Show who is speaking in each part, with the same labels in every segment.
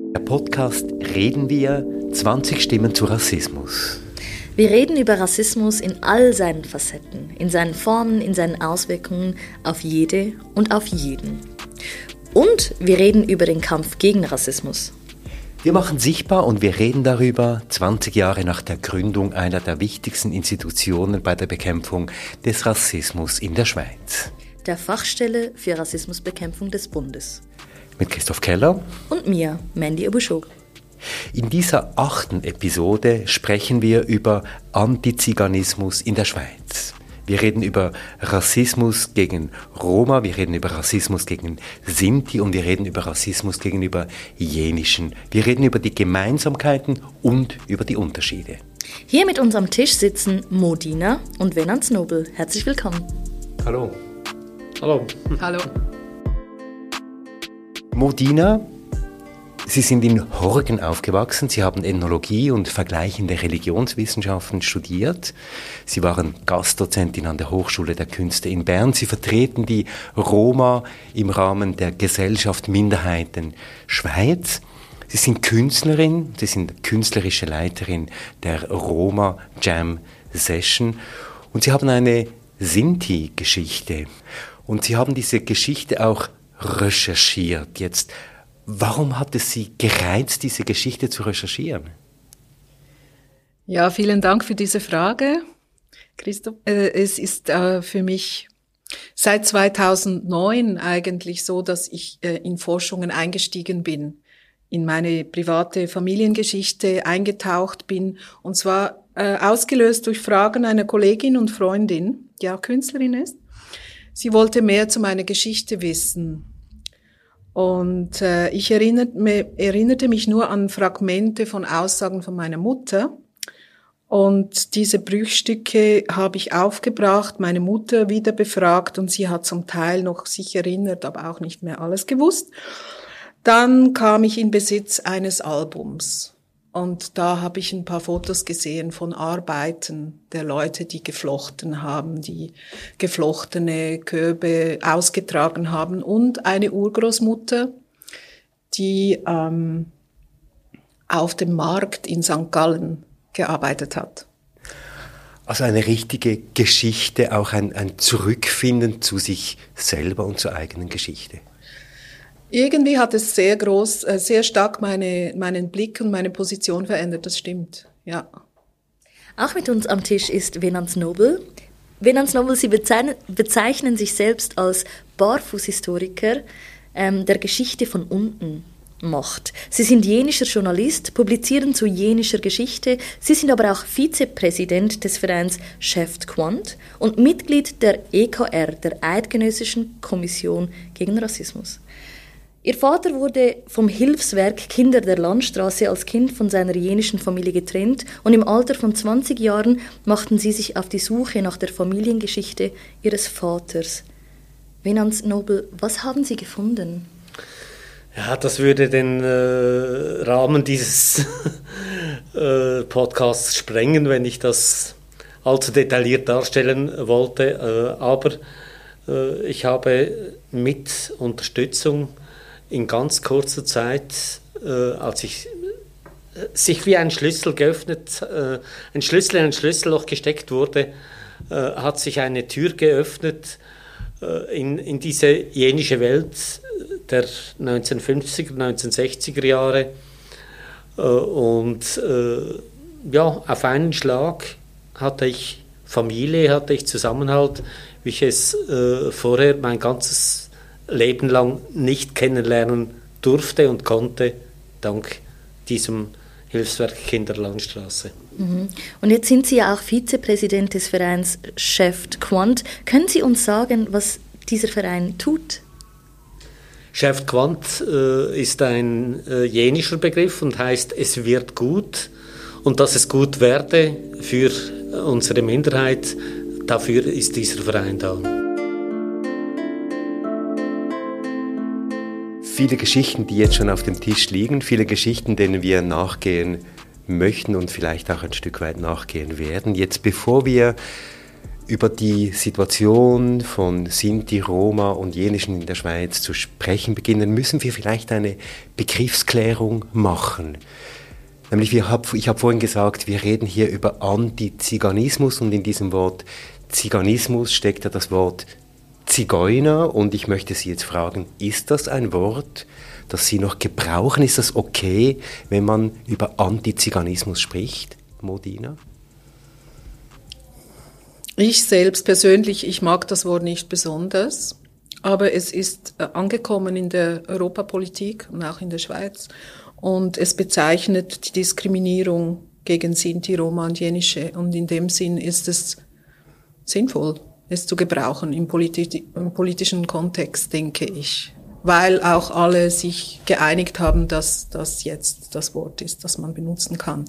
Speaker 1: Der Podcast Reden wir, 20 Stimmen zu Rassismus.
Speaker 2: Wir reden über Rassismus in all seinen Facetten, in seinen Formen, in seinen Auswirkungen auf jede und auf jeden. Und wir reden über den Kampf gegen Rassismus.
Speaker 1: Wir machen sichtbar und wir reden darüber, 20 Jahre nach der Gründung einer der wichtigsten Institutionen bei der Bekämpfung des Rassismus in der Schweiz.
Speaker 2: Der Fachstelle für Rassismusbekämpfung des Bundes.
Speaker 1: Mit Christoph Keller
Speaker 2: und mir, Mandy Abushog.
Speaker 1: In dieser 8. Episode sprechen wir über Antiziganismus in der Schweiz. Wir reden über Rassismus gegen Roma, wir reden über Rassismus gegen Sinti und wir reden über Rassismus gegenüber Jenischen. Wir reden über die Gemeinsamkeiten und über die Unterschiede.
Speaker 2: Hier mit uns am Tisch sitzen Modina und Venans Nobel. Herzlich willkommen.
Speaker 1: Hallo.
Speaker 3: Hallo.
Speaker 2: Hallo.
Speaker 1: Modina, Sie sind in Horgen aufgewachsen, Sie haben Ethnologie und vergleichende Religionswissenschaften studiert. Sie waren Gastdozentin an der Hochschule der Künste in Bern. Sie vertreten die Roma im Rahmen der Gesellschaft Minderheiten Schweiz. Sie sind Künstlerin, Sie sind künstlerische Leiterin der Roma Jam Session und Sie haben eine Sinti-Geschichte. Und Sie haben diese Geschichte auch recherchiert. Jetzt, warum hat es Sie gereizt, diese Geschichte zu recherchieren?
Speaker 3: Ja, vielen Dank für diese Frage, Christoph. Es ist für mich seit 2009 eigentlich so, dass ich in Forschungen eingestiegen bin, in meine private Familiengeschichte eingetaucht bin, und zwar ausgelöst durch Fragen einer Kollegin und Freundin, die auch Künstlerin ist. Sie wollte mehr zu meiner Geschichte wissen. Und ich erinnerte mich nur an Fragmente von Aussagen von meiner Mutter. Und diese Bruchstücke habe ich aufgebracht, meine Mutter wieder befragt und sie hat zum Teil noch sich erinnert, aber auch nicht mehr alles gewusst. Dann kam ich in Besitz eines Albums. Und da habe ich ein paar Fotos gesehen von Arbeiten der Leute, die geflochten haben, die geflochtene Körbe ausgetragen haben und eine Urgroßmutter, die auf dem Markt in St. Gallen gearbeitet hat.
Speaker 1: Also eine richtige Geschichte, auch ein Zurückfinden zu sich selber und zur eigenen Geschichte.
Speaker 3: Irgendwie hat es sehr stark meinen Blick und meine Position verändert, das stimmt, ja.
Speaker 2: Auch mit uns am Tisch ist Venans Nobel. Venans Nobel, Sie bezeichnen sich selbst als Barfußhistoriker, der Geschichte von unten macht. Sie sind jenischer Journalist, publizieren zu jenischer Geschichte. Sie sind aber auch Vizepräsident des Vereins Chef Quant und Mitglied der EKR, der Eidgenössischen Kommission gegen Rassismus. Ihr Vater wurde vom Hilfswerk Kinder der Landstraße als Kind von seiner jenischen Familie getrennt und im Alter von 20 Jahren machten sie sich auf die Suche nach der Familiengeschichte ihres Vaters. Venans Nobel, was haben Sie gefunden?
Speaker 4: Ja, das würde den Rahmen dieses Podcasts sprengen, wenn ich das allzu detailliert darstellen wollte. Aber ich habe mit Unterstützung in ganz kurzer Zeit, als sich wie ein Schlüssel geöffnet, ein Schlüssel in ein Schlüsselloch gesteckt wurde, hat sich eine Tür geöffnet in diese jenische Welt der 1950er, 1960er Jahre. Und auf einen Schlag hatte ich Familie, hatte ich Zusammenhalt, wie ich es vorher mein ganzes Leben lang nicht kennenlernen durfte und konnte, dank diesem Hilfswerk Kinderlandstraße.
Speaker 2: Und jetzt sind Sie ja auch Vizepräsident des Vereins Chef Quant. Können Sie uns sagen, was dieser Verein tut?
Speaker 4: Chef Quant ist ein jenischer Begriff und heißt, es wird gut. Und dass es gut werde für unsere Minderheit, dafür ist dieser Verein da.
Speaker 1: Viele Geschichten, die jetzt schon auf dem Tisch liegen, viele Geschichten, denen wir nachgehen möchten und vielleicht auch ein Stück weit nachgehen werden. Jetzt, bevor wir über die Situation von Sinti, Roma und Jenischen in der Schweiz zu sprechen beginnen, müssen wir vielleicht eine Begriffsklärung machen. Nämlich, ich habe vorhin gesagt, wir reden hier über Antiziganismus und in diesem Wort Ziganismus steckt ja das Wort Zigeuner und ich möchte Sie jetzt fragen, ist das ein Wort, das Sie noch gebrauchen? Ist das okay, wenn man über Antiziganismus spricht, Modina?
Speaker 3: Ich selbst persönlich, ich mag das Wort nicht besonders, aber es ist angekommen in der Europapolitik und auch in der Schweiz und es bezeichnet die Diskriminierung gegen Sinti, Roma und Jenische und in dem Sinn ist es sinnvoll, es zu gebrauchen im politischen Kontext, denke ich, weil auch alle sich geeinigt haben, dass das jetzt das Wort ist, das man benutzen kann.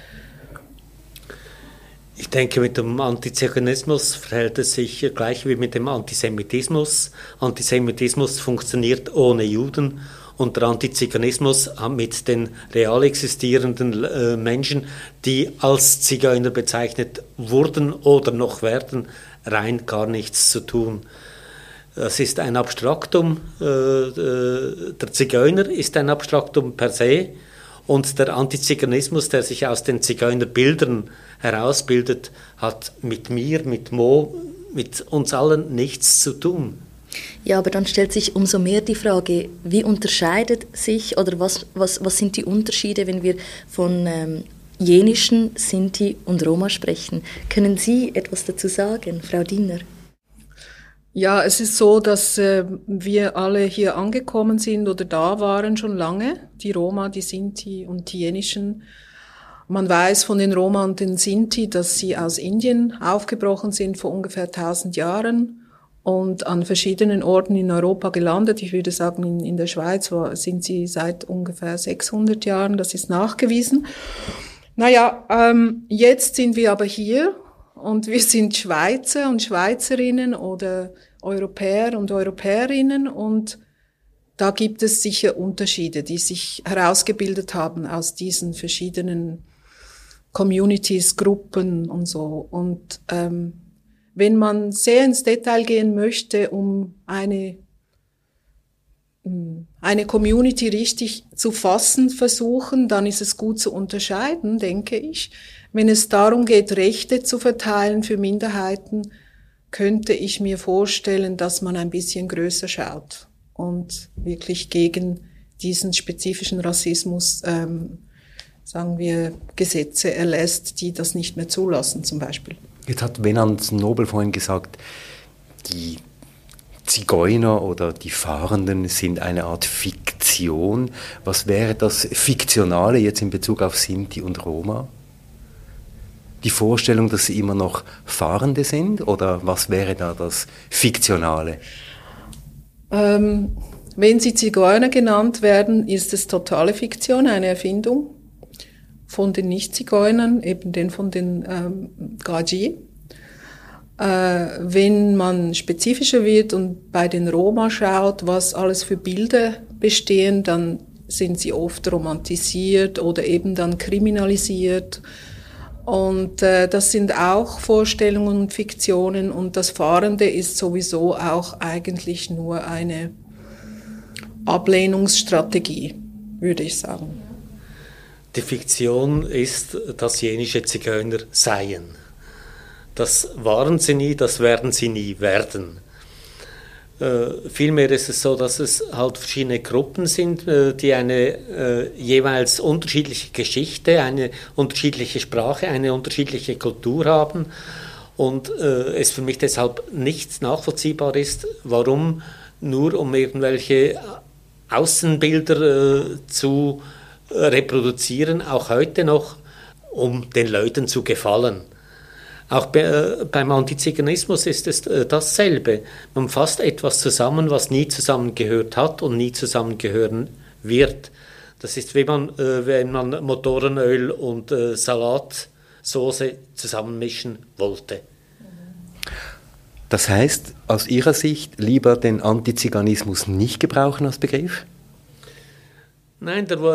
Speaker 4: Ich denke, mit dem Antiziganismus verhält es sich gleich wie mit dem Antisemitismus. Antisemitismus funktioniert ohne Juden und der Antiziganismus mit den real existierenden Menschen, die als Zigeuner bezeichnet wurden oder noch werden, rein gar nichts zu tun. Das ist ein Abstraktum, der Zigeuner ist ein Abstraktum per se und der Antiziganismus, der sich aus den Zigeunerbildern herausbildet, hat mit mir, mit Mo, mit uns allen nichts zu tun.
Speaker 2: Ja, aber dann stellt sich umso mehr die Frage, wie unterscheidet sich oder was sind die Unterschiede, wenn wir von Jenischen, Sinti und Roma sprechen? Können Sie etwas dazu sagen, Frau Diener?
Speaker 3: Ja, es ist so, dass wir alle hier angekommen sind oder da waren schon lange, die Roma, die Sinti und die Jenischen. Man weiß von den Roma und den Sinti, dass sie aus Indien aufgebrochen sind vor ungefähr 1000 Jahren und an verschiedenen Orten in Europa gelandet. Ich würde sagen, in der Schweiz sind sie seit ungefähr 600 Jahren, das ist nachgewiesen. Naja, jetzt sind wir aber hier und wir sind Schweizer und Schweizerinnen oder Europäer und Europäerinnen und da gibt es sicher Unterschiede, die sich herausgebildet haben aus diesen verschiedenen Communities, Gruppen und so. Und wenn man sehr ins Detail gehen möchte, um eine Community richtig zu fassen versuchen, dann ist es gut zu unterscheiden, denke ich. Wenn es darum geht, Rechte zu verteilen für Minderheiten, könnte ich mir vorstellen, dass man ein bisschen größer schaut und wirklich gegen diesen spezifischen Rassismus, sagen wir, Gesetze erlässt, die das nicht mehr zulassen, zum Beispiel.
Speaker 1: Jetzt hat Venans Nobel vorhin gesagt, die Zigeuner oder die Fahrenden sind eine Art Fiktion. Was wäre das Fiktionale jetzt in Bezug auf Sinti und Roma? Die Vorstellung, dass sie immer noch Fahrende sind? Oder was wäre da das Fiktionale?
Speaker 3: Wenn sie Zigeuner genannt werden, ist es totale Fiktion, eine Erfindung von den Nicht-Zigeunern, eben den von den Gaji. Wenn man spezifischer wird und bei den Roma schaut, was alles für Bilder bestehen, dann sind sie oft romantisiert oder eben dann kriminalisiert. Und das sind auch Vorstellungen und Fiktionen und das Fahrende ist sowieso auch eigentlich nur eine Ablehnungsstrategie, würde ich sagen.
Speaker 4: Die Fiktion ist, dass jenische Zigeuner seien. Das waren sie nie, das werden sie nie werden. Vielmehr ist es so, dass es halt verschiedene Gruppen sind, die eine jeweils unterschiedliche Geschichte, eine unterschiedliche Sprache, eine unterschiedliche Kultur haben und es für mich deshalb nicht nachvollziehbar ist, warum nur um irgendwelche Außenbilder zu reproduzieren, auch heute noch, um den Leuten zu gefallen. Auch beim Antiziganismus ist es dasselbe. Man fasst etwas zusammen, was nie zusammengehört hat und nie zusammengehören wird. Das ist, wenn man Motorenöl und Salatsauce zusammenmischen wollte.
Speaker 1: Das heißt, aus Ihrer Sicht lieber den Antiziganismus nicht gebrauchen als Begriff?
Speaker 4: Nein, der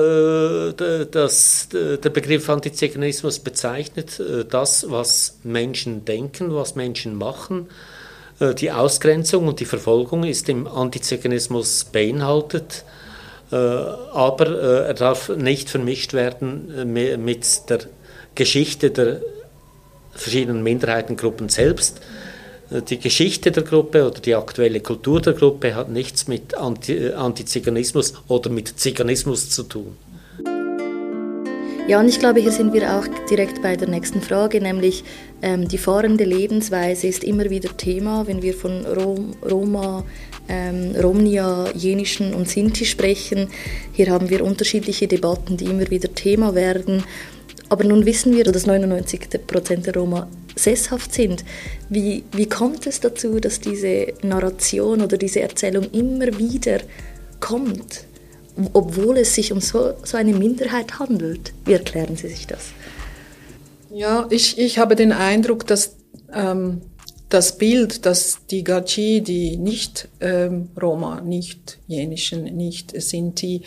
Speaker 4: Begriff Antiziganismus bezeichnet das, was Menschen denken, was Menschen machen. Die Ausgrenzung und die Verfolgung ist im Antiziganismus beinhaltet, aber er darf nicht vermischt werden mit der Geschichte der verschiedenen Minderheitengruppen selbst. Die Geschichte der Gruppe oder die aktuelle Kultur der Gruppe hat nichts mit Antiziganismus oder mit Ziganismus zu tun.
Speaker 2: Ja, und ich glaube, hier sind wir auch direkt bei der nächsten Frage, nämlich die fahrende Lebensweise ist immer wieder Thema, wenn wir von Roma, Romnia, Jenischen und Sinti sprechen. Hier haben wir unterschiedliche Debatten, die immer wieder Thema werden. Aber nun wissen wir, dass 99% der Roma sesshaft sind. Wie kommt es dazu, dass diese Narration oder diese Erzählung immer wieder kommt, obwohl es sich um so eine Minderheit handelt? Wie erklären Sie sich das?
Speaker 3: Ja, ich habe den Eindruck, dass das Bild, dass die Gachi, die nicht Roma, nicht Jenischen, nicht Sinti,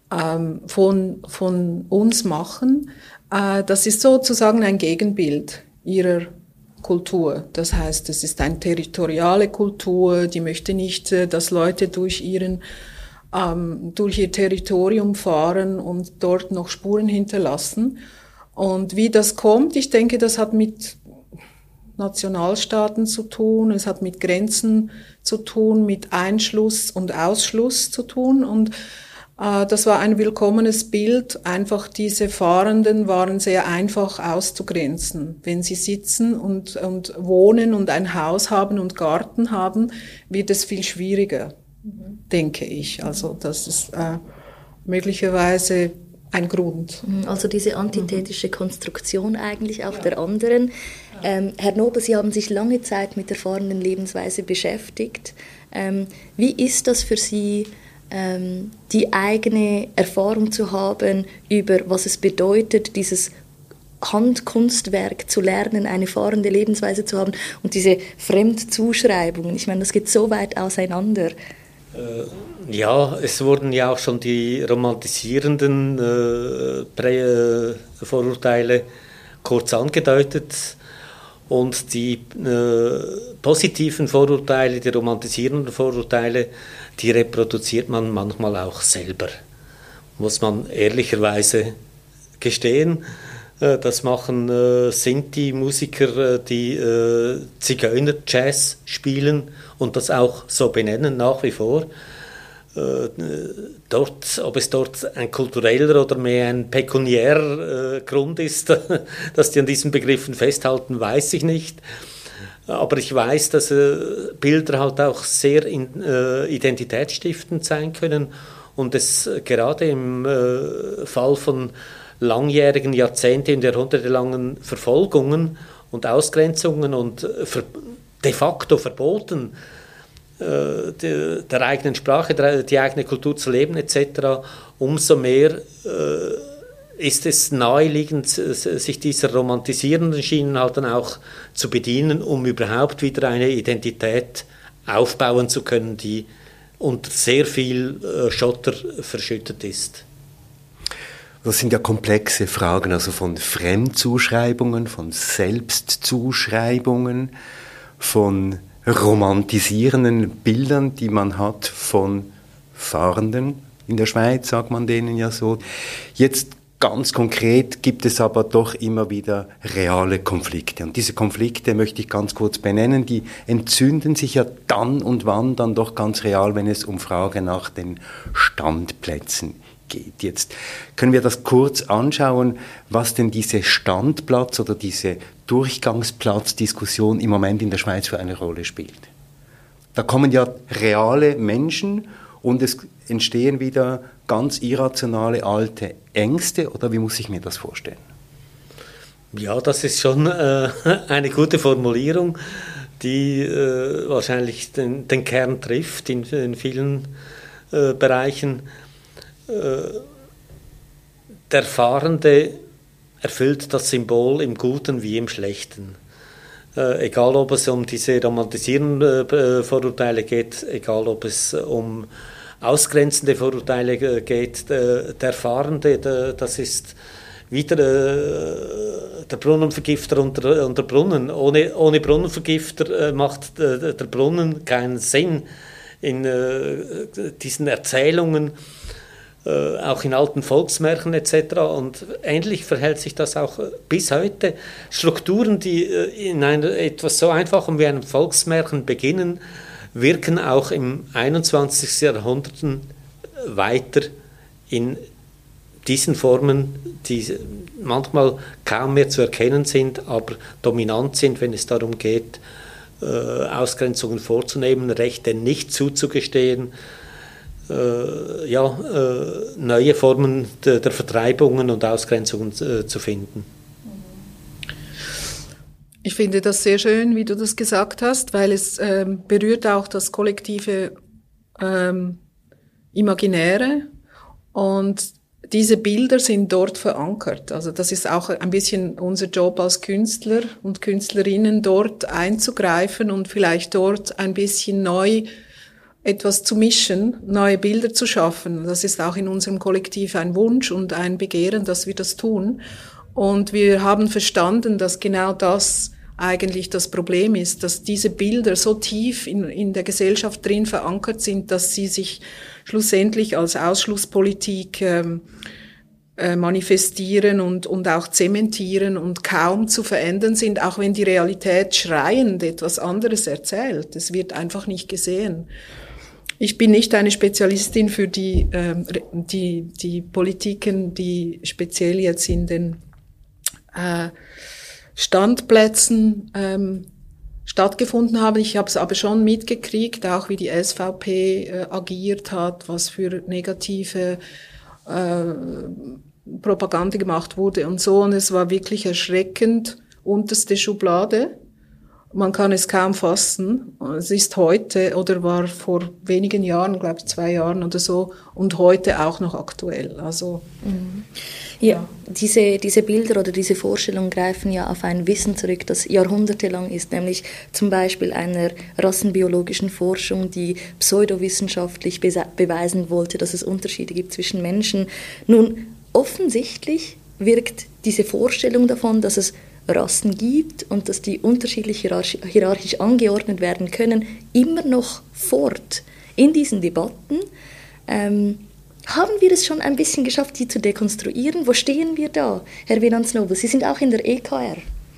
Speaker 3: von uns machen, das ist sozusagen ein Gegenbild ihrer Kultur. Das heißt, es ist eine territoriale Kultur, die möchte nicht, dass Leute durch ihr Territorium fahren und dort noch Spuren hinterlassen. Und wie das kommt, ich denke, das hat mit Nationalstaaten zu tun, es hat mit Grenzen zu tun, mit Einschluss und Ausschluss zu tun. Und das war ein willkommenes Bild. Einfach diese Fahrenden waren sehr einfach auszugrenzen. Wenn sie sitzen und wohnen und ein Haus haben und Garten haben, wird es viel schwieriger, denke ich. Also das ist möglicherweise ein Grund.
Speaker 2: Also diese antithetische Konstruktion eigentlich auch der anderen. Herr Nobel, Sie haben sich lange Zeit mit der fahrenden Lebensweise beschäftigt. Wie ist das für Sie, die eigene Erfahrung zu haben über was es bedeutet, dieses Handkunstwerk zu lernen, eine fahrende Lebensweise zu haben und diese Fremdzuschreibungen? Ich meine, das geht so weit auseinander.
Speaker 4: Ja, es wurden ja auch schon die romantisierenden Vorurteile kurz angedeutet. Und die positiven Vorurteile, die romantisierenden Vorurteile, die reproduziert man manchmal auch selber. Muss man ehrlicherweise gestehen. Das machen Sinti-Musiker, die Zigeuner-Jazz spielen und das auch so benennen nach wie vor. Ob es dort ein kultureller oder mehr ein pekuniärer Grund ist, dass die an diesen Begriffen festhalten, weiß ich nicht. Aber ich weiß, dass Bilder halt auch sehr identitätsstiftend sein können und es gerade im Fall von langjährigen, Jahrzehnte- und jahrhundertelangen Verfolgungen und Ausgrenzungen und de facto Verboten der eigenen Sprache, die eigene Kultur zu leben etc., umso mehr ist es naheliegend, sich dieser romantisierenden Schienen halt dann auch zu bedienen, um überhaupt wieder eine Identität aufbauen zu können, die unter sehr viel Schotter verschüttet ist.
Speaker 1: Das sind ja komplexe Fragen, also von Fremdzuschreibungen, von Selbstzuschreibungen, von romantisierenden Bildern, die man hat von Fahrenden. In der Schweiz sagt man denen ja so. Jetzt ganz konkret gibt es aber doch immer wieder reale Konflikte. Und diese Konflikte möchte ich ganz kurz benennen. Die entzünden sich ja dann und wann dann doch ganz real, wenn es um Frage nach den Standplätzen geht. Jetzt können wir das kurz anschauen, was denn diese Standplatz- oder diese Durchgangsplatzdiskussion im Moment in der Schweiz für eine Rolle spielt. Da kommen ja reale Menschen und es entstehen wieder ganz irrationale alte Ängste, oder wie muss ich mir das vorstellen?
Speaker 4: Ja, das ist schon eine gute Formulierung, die wahrscheinlich den Kern trifft in vielen Bereichen. Der Fahrende erfüllt das Symbol im Guten wie im Schlechten. Egal, ob es um diese romantisierenden Vorurteile geht, egal, ob es um ausgrenzende Vorurteile geht. Der Fahrende, das ist wieder der Brunnenvergifter unter Brunnen. Ohne Brunnenvergifter macht der Brunnen keinen Sinn in diesen Erzählungen, auch in alten Volksmärchen etc. Und ähnlich verhält sich das auch bis heute. Strukturen, die in etwas so Einfachem wie einem Volksmärchen beginnen, wirken auch im 21. Jahrhundert weiter in diesen Formen, die manchmal kaum mehr zu erkennen sind, aber dominant sind, wenn es darum geht, Ausgrenzungen vorzunehmen, Rechte nicht zuzugestehen, neue Formen der Vertreibungen und Ausgrenzungen zu finden.
Speaker 3: Ich finde das sehr schön, wie du das gesagt hast, weil es berührt auch das kollektive Imaginäre, und diese Bilder sind dort verankert. Also das ist auch ein bisschen unser Job als Künstler und Künstlerinnen, dort einzugreifen und vielleicht dort ein bisschen neu etwas zu mischen, neue Bilder zu schaffen. Das ist auch in unserem Kollektiv ein Wunsch und ein Begehren, dass wir das tun. Und wir haben verstanden, dass genau das eigentlich das Problem ist, dass diese Bilder so tief in der Gesellschaft drin verankert sind, dass sie sich schlussendlich als Ausschlusspolitik manifestieren und auch zementieren und kaum zu verändern sind, auch wenn die Realität schreiend etwas anderes erzählt. Es wird einfach nicht gesehen. Ich bin nicht eine Spezialistin für die Politiken, die speziell jetzt in den Standplätzen stattgefunden haben. Ich habe es aber schon mitgekriegt, auch wie die SVP agiert hat, was für negative Propaganda gemacht wurde und so. Und es war wirklich erschreckend, unterste Schublade. Man kann es kaum fassen. Es ist heute oder war vor wenigen Jahren, glaube ich 2 Jahren oder so, und heute auch noch aktuell. Also
Speaker 2: ja, diese Bilder oder diese Vorstellungen greifen ja auf ein Wissen zurück, das jahrhundertelang ist, nämlich zum Beispiel einer rassenbiologischen Forschung, die pseudowissenschaftlich beweisen wollte, dass es Unterschiede gibt zwischen Menschen. Nun, offensichtlich wirkt diese Vorstellung davon, dass es Rassen gibt und dass die unterschiedlich hierarchisch angeordnet werden können, immer noch fort. In diesen Debatten haben wir es schon ein bisschen geschafft, die zu dekonstruieren. Wo stehen wir da, Herr Venans-Nobel? Sie sind auch in der EKR.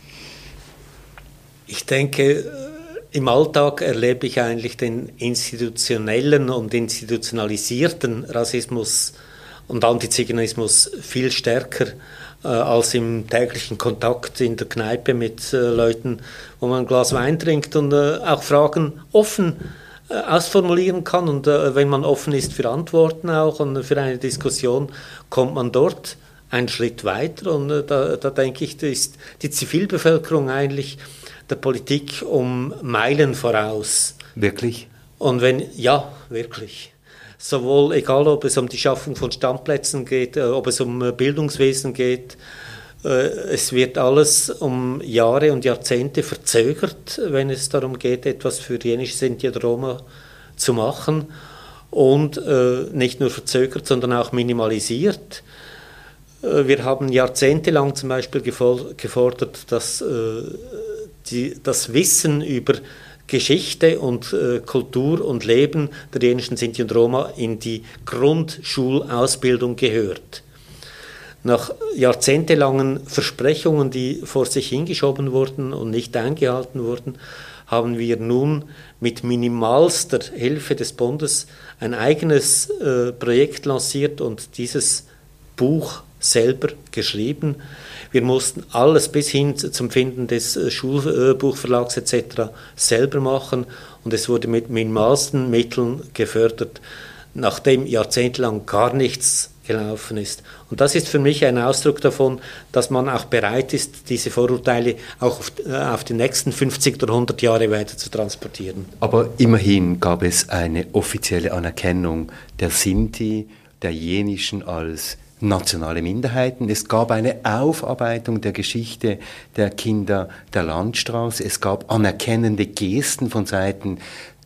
Speaker 4: Ich denke, im Alltag erlebe ich eigentlich den institutionellen und institutionalisierten Rassismus und Antiziganismus viel stärker als im täglichen Kontakt in der Kneipe mit Leuten, wo man ein Glas Wein trinkt und auch Fragen offen ausformulieren kann. Und wenn man offen ist für Antworten auch und für eine Diskussion, kommt man dort einen Schritt weiter. Und da denke ich, da ist die Zivilbevölkerung eigentlich der Politik um Meilen voraus.
Speaker 1: Wirklich?
Speaker 4: Und ja, wirklich. Sowohl, egal ob es um die Schaffung von Standplätzen geht, ob es um Bildungswesen geht, es wird alles um Jahre und Jahrzehnte verzögert, wenn es darum geht, etwas für jenische Sinti oder Roma zu machen. Und nicht nur verzögert, sondern auch minimalisiert. Wir haben jahrzehntelang zum Beispiel gefordert, dass das Wissen über Geschichte und Kultur und Leben der jenischen Sinti und Roma in die Grundschulausbildung gehört. Nach jahrzehntelangen Versprechungen, die vor sich hingeschoben wurden und nicht eingehalten wurden, haben wir nun mit minimalster Hilfe des Bundes ein eigenes Projekt lanciert und dieses Buch selber geschrieben. Wir mussten alles bis hin zum Finden des Schulbuchverlags etc. selber machen und es wurde mit minimalsten Mitteln gefördert, nachdem jahrzehntelang gar nichts gelaufen ist. Und das ist für mich ein Ausdruck davon, dass man auch bereit ist, diese Vorurteile auch auf die nächsten 50 oder 100 Jahre weiter zu transportieren.
Speaker 1: Aber immerhin gab es eine offizielle Anerkennung der Sinti, der jenischen als nationale Minderheiten. Es gab eine Aufarbeitung der Geschichte der Kinder der Landstraße. Es gab anerkennende Gesten von Seiten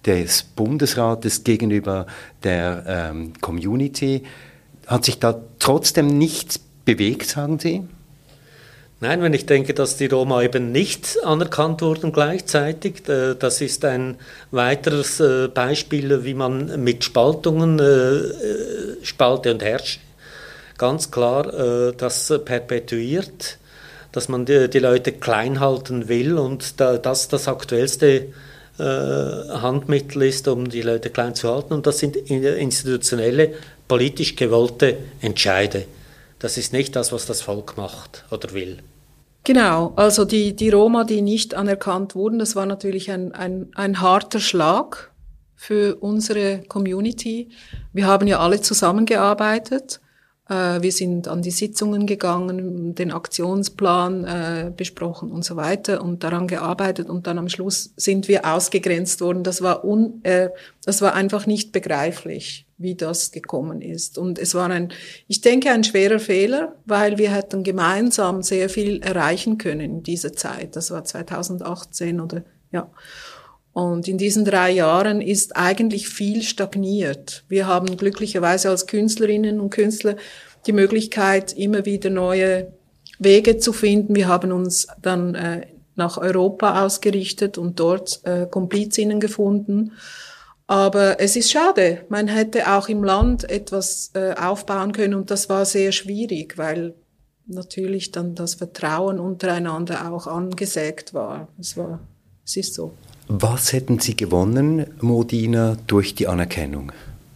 Speaker 1: des Bundesrates gegenüber der Community. Hat sich da trotzdem nichts bewegt, sagen Sie?
Speaker 4: Nein, wenn ich denke, dass die Roma eben nicht anerkannt wurden gleichzeitig, das ist ein weiteres Beispiel, wie man mit Spaltungen, Spalte und Herrsche, ganz klar das perpetuiert, dass man die Leute klein halten will und das aktuellste Handmittel ist, um die Leute klein zu halten, und das sind institutionelle, politisch gewollte Entscheide. Das ist nicht das, was das Volk macht oder will.
Speaker 3: Genau, also die Roma, die nicht anerkannt wurden, das war natürlich ein harter Schlag für unsere Community. Wir haben ja alle zusammengearbeitet. Wir sind an die Sitzungen gegangen, den Aktionsplan besprochen und so weiter und daran gearbeitet, und dann am Schluss sind wir ausgegrenzt worden. Das war einfach nicht begreiflich, wie das gekommen ist. Und es war ich denke, ein schwerer Fehler, weil wir hätten gemeinsam sehr viel erreichen können in dieser Zeit. Das war 2018 oder ja. Und in diesen 3 Jahren ist eigentlich viel stagniert. Wir haben glücklicherweise als Künstlerinnen und Künstler die Möglichkeit, immer wieder neue Wege zu finden. Wir haben uns dann nach Europa ausgerichtet und dort Komplizinnen gefunden. Aber es ist schade. Man hätte auch im Land etwas aufbauen können, und das war sehr schwierig, weil natürlich dann das Vertrauen untereinander auch angesägt war. Es ist so.
Speaker 1: Was hätten Sie gewonnen, Modina, durch die Anerkennung?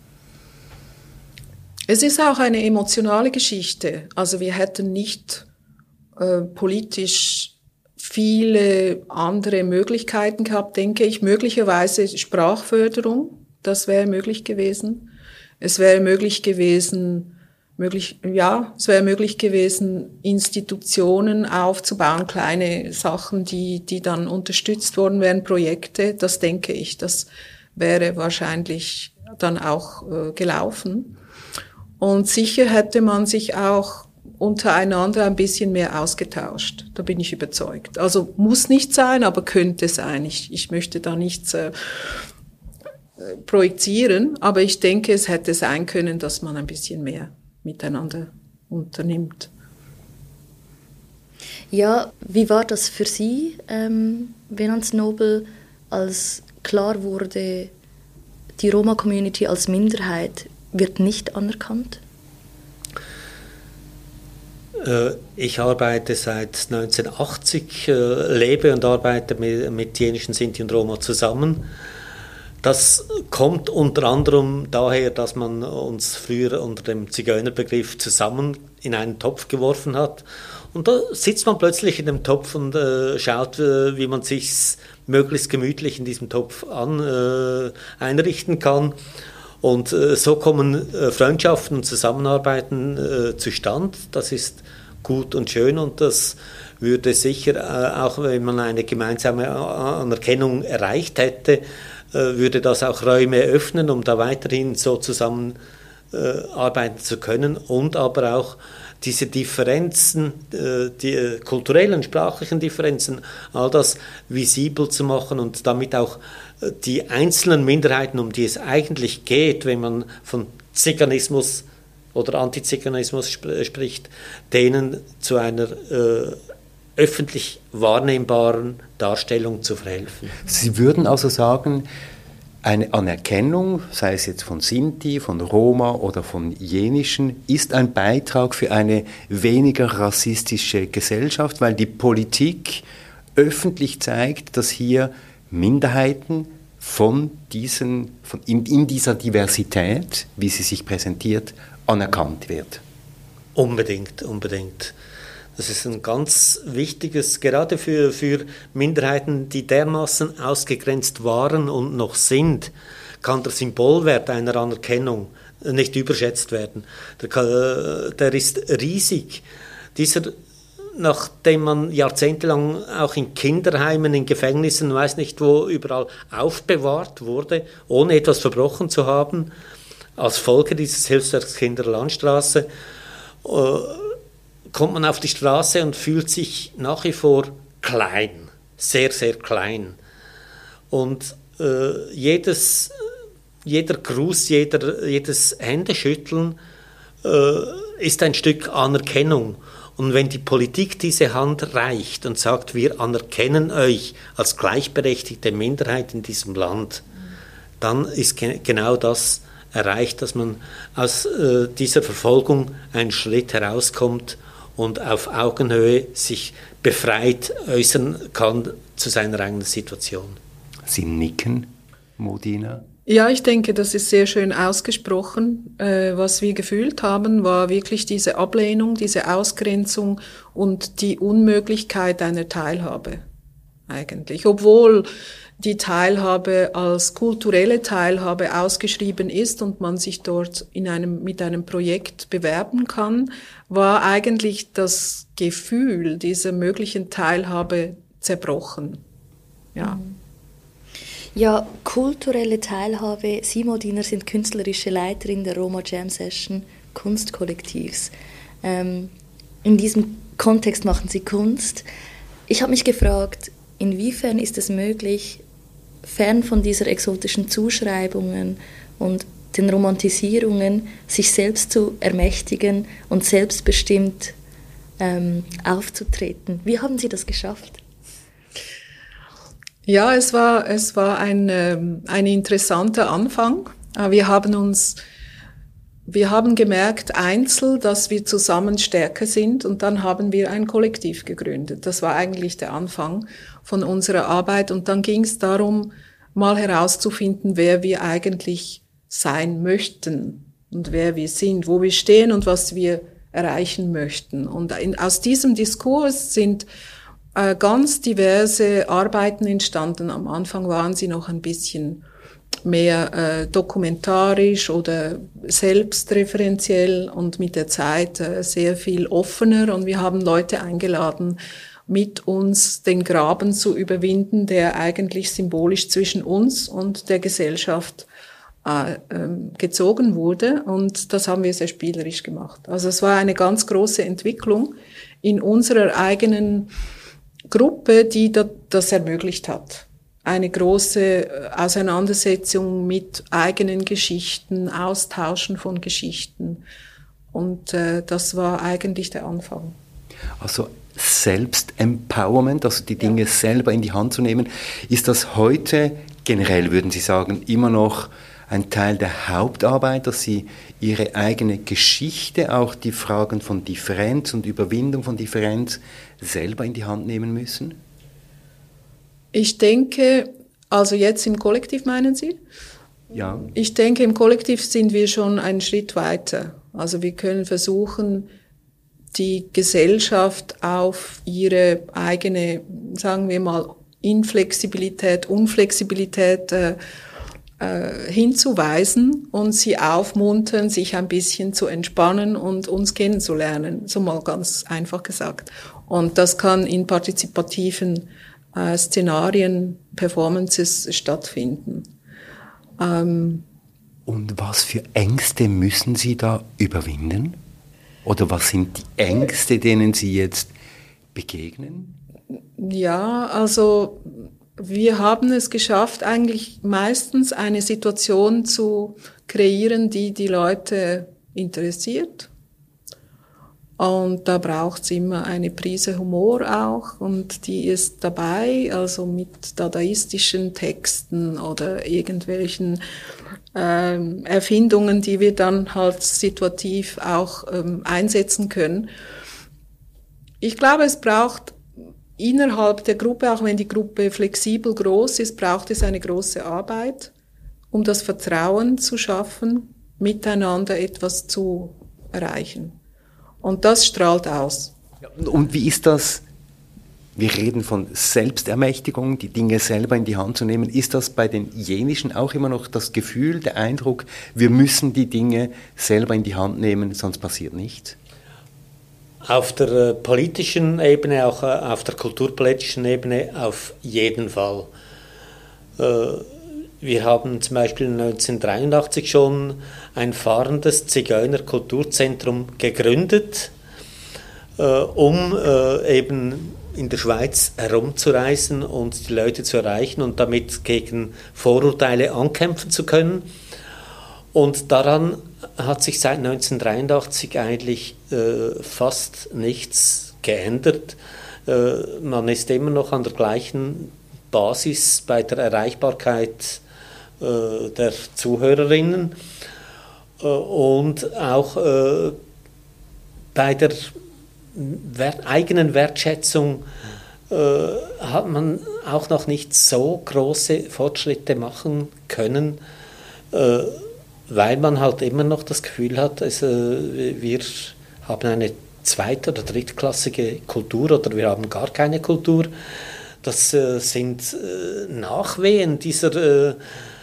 Speaker 3: Es ist auch eine emotionale Geschichte. Also wir hätten nicht politisch viele andere Möglichkeiten gehabt, denke ich. Möglicherweise Sprachförderung, das wäre möglich gewesen. Es wäre möglich gewesen, Institutionen aufzubauen, kleine Sachen, die dann unterstützt worden wären, Projekte. Das denke ich, das wäre wahrscheinlich dann auch gelaufen. Und sicher hätte man sich auch untereinander ein bisschen mehr ausgetauscht. Da bin ich überzeugt. Also muss nicht sein, aber könnte sein. Ich möchte da nichts projizieren, aber ich denke, es hätte sein können, dass man ein bisschen mehr miteinander unternimmt.
Speaker 2: Ja, wie war das für Sie, Venanz Nobel, als klar wurde, die Roma-Community als Minderheit wird nicht anerkannt?
Speaker 4: Ich arbeite seit 1980, lebe und arbeite mit jenischen Sinti und Roma zusammen. Das kommt unter anderem daher, dass man uns früher unter dem Zigeunerbegriff zusammen in einen Topf geworfen hat. Und da sitzt man plötzlich in dem Topf und schaut, wie man sich möglichst gemütlich in diesem Topf einrichten kann. Und so kommen Freundschaften und Zusammenarbeiten zustande. Das ist gut und schön, und das würde sicher, auch wenn man eine gemeinsame Anerkennung erreicht hätte, würde das auch Räume öffnen, um da weiterhin so zusammen arbeiten zu können, und aber auch diese Differenzen, die kulturellen, sprachlichen Differenzen, all das visibel zu machen und damit auch die einzelnen Minderheiten, um die es eigentlich geht, wenn man von Ziganismus oder Antiziganismus spricht, denen zu einer öffentlich wahrnehmbaren Darstellung zu verhelfen.
Speaker 1: Sie würden also sagen, eine Anerkennung, sei es jetzt von Sinti, von Roma oder von Jenischen, ist ein Beitrag für eine weniger rassistische Gesellschaft, weil die Politik öffentlich zeigt, dass hier Minderheiten in dieser Diversität, wie sie sich präsentiert, anerkannt wird.
Speaker 4: Unbedingt. Das ist ein ganz wichtiges, gerade für Minderheiten, die dermaßen ausgegrenzt waren und noch sind, kann der Symbolwert einer Anerkennung nicht überschätzt werden. Der ist riesig. Nachdem man jahrzehntelang auch in Kinderheimen, in Gefängnissen, weiß nicht wo, überall aufbewahrt wurde, ohne etwas verbrochen zu haben, als Folge dieses Hilfswerks Kinderlandstraße, kommt man auf die Straße und fühlt sich nach wie vor klein, sehr, sehr klein. Und jeder Gruß, jedes Händeschütteln ist ein Stück Anerkennung. Und wenn die Politik diese Hand reicht und sagt, wir anerkennen euch als gleichberechtigte Minderheit in diesem Land, dann ist genau das erreicht, dass man aus dieser Verfolgung einen Schritt herauskommt und auf Augenhöhe sich befreit äußern kann zu seiner eigenen Situation.
Speaker 1: Sie nicken, Modina?
Speaker 3: Ja, ich denke, das ist sehr schön ausgesprochen. Was wir gefühlt haben, war wirklich diese Ablehnung, diese Ausgrenzung und die Unmöglichkeit einer Teilhabe eigentlich. Obwohl die Teilhabe als kulturelle Teilhabe ausgeschrieben ist und man sich dort mit einem Projekt bewerben kann, war eigentlich das Gefühl dieser möglichen Teilhabe zerbrochen. Ja.
Speaker 2: Ja, kulturelle Teilhabe. Sie, Modina, sind künstlerische Leiterin der Roma Jam Session Kunstkollektivs. In diesem Kontext machen Sie Kunst. Ich habe mich gefragt, inwiefern ist es möglich, fern von dieser exotischen Zuschreibungen und den Romantisierungen, sich selbst zu ermächtigen und selbstbestimmt aufzutreten. Wie haben Sie das geschafft?
Speaker 3: Ja, es war ein interessanter Anfang. Wir haben gemerkt, einzeln, dass wir zusammen stärker sind, und dann haben wir ein Kollektiv gegründet. Das war eigentlich der Anfang von unserer Arbeit, und dann ging es darum, mal herauszufinden, wer wir eigentlich sein möchten und wer wir sind, wo wir stehen und was wir erreichen möchten. Und aus diesem Diskurs sind ganz diverse Arbeiten entstanden. Am Anfang waren sie noch ein bisschen mehr dokumentarisch oder selbstreferenziell und mit der Zeit sehr viel offener. Und wir haben Leute eingeladen, mit uns den Graben zu überwinden, der eigentlich symbolisch zwischen uns und der Gesellschaft gezogen wurde. Und das haben wir sehr spielerisch gemacht. Also es war eine ganz große Entwicklung in unserer eigenen Gruppe, die das ermöglicht hat. Eine große Auseinandersetzung mit eigenen Geschichten, Austauschen von Geschichten. Und das war eigentlich der Anfang.
Speaker 1: Also Selbstempowerment, also die Dinge selber in die Hand zu nehmen, ist das heute generell, würden Sie sagen, immer noch ein Teil der Hauptarbeit, dass Sie Ihre eigene Geschichte, auch die Fragen von Differenz und Überwindung von Differenz selber in die Hand nehmen müssen?
Speaker 3: Ich denke, also jetzt im Kollektiv meinen Sie?
Speaker 1: Ja.
Speaker 3: Ich denke, im Kollektiv sind wir schon einen Schritt weiter. Also wir können versuchen, die Gesellschaft auf ihre eigene, sagen wir mal, Inflexibilität, Unflexibilität hinzuweisen und sie aufmuntern, sich ein bisschen zu entspannen und uns kennenzulernen, so mal ganz einfach gesagt. Und das kann in partizipativen Szenarien, Performances stattfinden.
Speaker 1: Und was für Ängste müssen Sie da überwinden? Oder was sind die Ängste, denen Sie jetzt begegnen?
Speaker 3: Ja, also wir haben es geschafft, eigentlich meistens eine Situation zu kreieren, die die Leute interessiert. Und da braucht es immer eine Prise Humor auch, und die ist dabei, also mit dadaistischen Texten oder irgendwelchen Erfindungen, die wir dann halt situativ auch einsetzen können. Ich glaube, es braucht innerhalb der Gruppe, auch wenn die Gruppe flexibel groß ist, braucht es eine große Arbeit, um das Vertrauen zu schaffen, miteinander etwas zu erreichen. Und das strahlt aus.
Speaker 1: Und wie ist das? Wir reden von Selbstermächtigung, die Dinge selber in die Hand zu nehmen. Ist das bei den Jenischen auch immer noch das Gefühl, der Eindruck, wir müssen die Dinge selber in die Hand nehmen, sonst passiert nichts?
Speaker 4: Auf der politischen Ebene, auch auf der kulturpolitischen Ebene auf jeden Fall. Wir haben zum Beispiel 1983 schon ein fahrendes Zigeuner-Kulturzentrum gegründet, um eben in der Schweiz herumzureisen und die Leute zu erreichen und damit gegen Vorurteile ankämpfen zu können. Und daran hat sich seit 1983 eigentlich fast nichts geändert. Man ist immer noch an der gleichen Basis bei der Erreichbarkeit der Zuhörerinnen und auch bei der eigenen Wertschätzung hat man auch noch nicht so große Fortschritte machen können, weil man halt immer noch das Gefühl hat, wir haben eine zweit- oder drittklassige Kultur oder wir haben gar keine Kultur. Das sind Nachwehen dieser,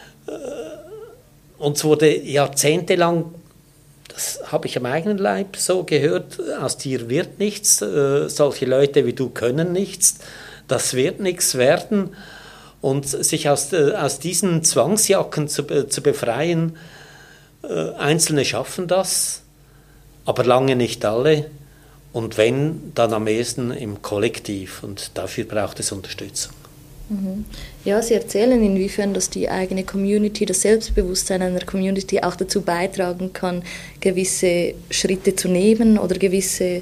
Speaker 4: uns wurde jahrzehntelang, das habe ich am eigenen Leib so gehört, aus dir wird nichts, solche Leute wie du können nichts, das wird nichts werden. Und sich aus diesen Zwangsjacken zu befreien, Einzelne schaffen das, aber lange nicht alle. Und wenn, dann am ehesten im Kollektiv. Und dafür braucht es Unterstützung.
Speaker 2: Ja, Sie erzählen, inwiefern dass die eigene Community, das Selbstbewusstsein einer Community auch dazu beitragen kann, gewisse Schritte zu nehmen oder gewisse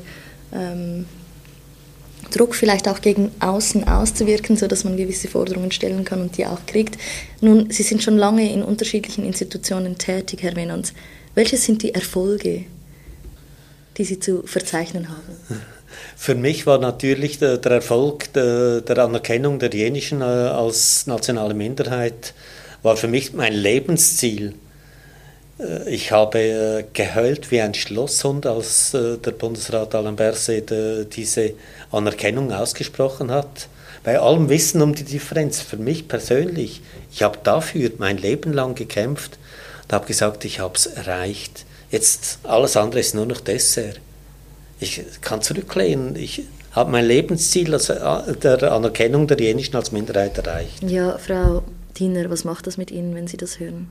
Speaker 2: Druck vielleicht auch gegen außen auszuwirken, sodass man gewisse Forderungen stellen kann und die auch kriegt. Nun, Sie sind schon lange in unterschiedlichen Institutionen tätig, Herr Venans. Welche sind die Erfolge, die Sie zu verzeichnen haben?
Speaker 4: Für mich war natürlich der Erfolg der Anerkennung der Jenischen als nationale Minderheit, war für mich mein Lebensziel. Ich habe geheult wie ein Schlosshund, als der Bundesrat Alain Berset diese Anerkennung ausgesprochen hat. Bei allem Wissen um die Differenz, für mich persönlich, ich habe dafür mein Leben lang gekämpft und habe gesagt, ich habe es erreicht. Jetzt alles andere ist nur noch Dessert. Ich kann zurücklehnen. Ich habe mein Lebensziel der Anerkennung der Jenischen als Minderheit erreicht.
Speaker 2: Ja, Frau Diener, was macht das mit Ihnen, wenn Sie das hören?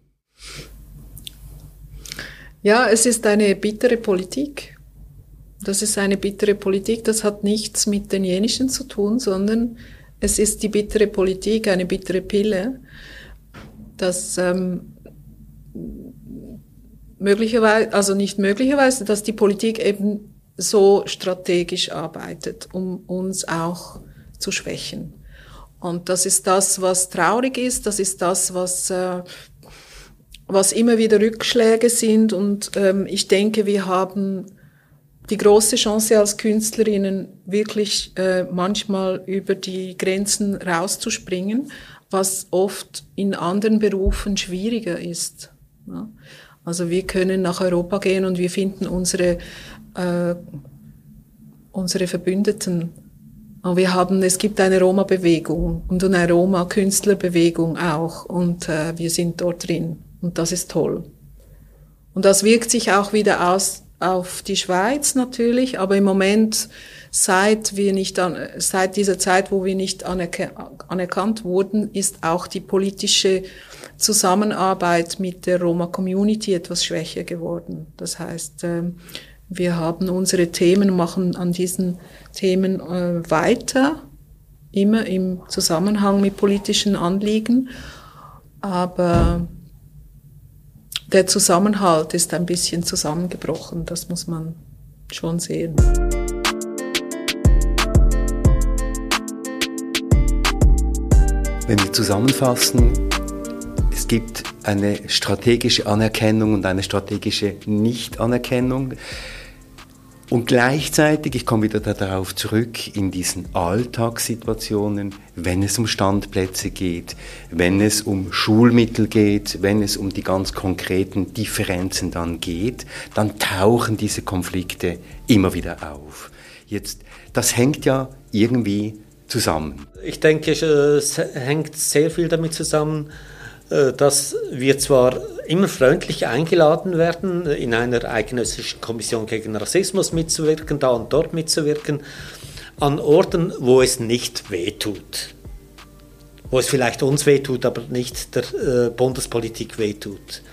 Speaker 3: Ja, es ist eine bittere Politik. Das ist eine bittere Politik, das hat nichts mit den Jenischen zu tun, sondern es ist die bittere Politik, eine bittere Pille, dass dass die Politik eben so strategisch arbeitet, um uns auch zu schwächen. Und das ist das, was traurig ist, das ist das, was immer wieder Rückschläge sind. Und ich denke, wir haben die große Chance als Künstlerinnen, wirklich manchmal über die Grenzen rauszuspringen, was oft in anderen Berufen schwieriger ist. Ja? Also wir können nach Europa gehen und wir finden unsere Verbündeten. Und es gibt eine Roma-Bewegung und eine Roma-Künstlerbewegung auch. Und wir sind dort drin. Und das ist toll. Und das wirkt sich auch wieder aus auf die Schweiz natürlich, aber im Moment, seit dieser Zeit, wo wir nicht anerkannt wurden, ist auch die politische Zusammenarbeit mit der Roma-Community etwas schwächer geworden. Das heißt, wir haben unsere Themen, machen an diesen Themen weiter, immer im Zusammenhang mit politischen Anliegen, aber der Zusammenhalt ist ein bisschen zusammengebrochen, das muss man schon sehen.
Speaker 1: Wenn wir zusammenfassen, es gibt eine strategische Anerkennung und eine strategische Nichtanerkennung. Und gleichzeitig, ich komme wieder darauf zurück, in diesen Alltagssituationen, wenn es um Standplätze geht, wenn es um Schulmittel geht, wenn es um die ganz konkreten Differenzen dann geht, dann tauchen diese Konflikte immer wieder auf. Jetzt, das hängt ja irgendwie zusammen.
Speaker 4: Ich denke, es hängt sehr viel damit zusammen, dass wir zwar immer freundlich eingeladen werden, in einer eidgenössischen Kommission gegen Rassismus mitzuwirken, da und dort mitzuwirken, an Orten, wo es nicht wehtut. Wo es vielleicht uns wehtut, aber nicht der Bundespolitik wehtut.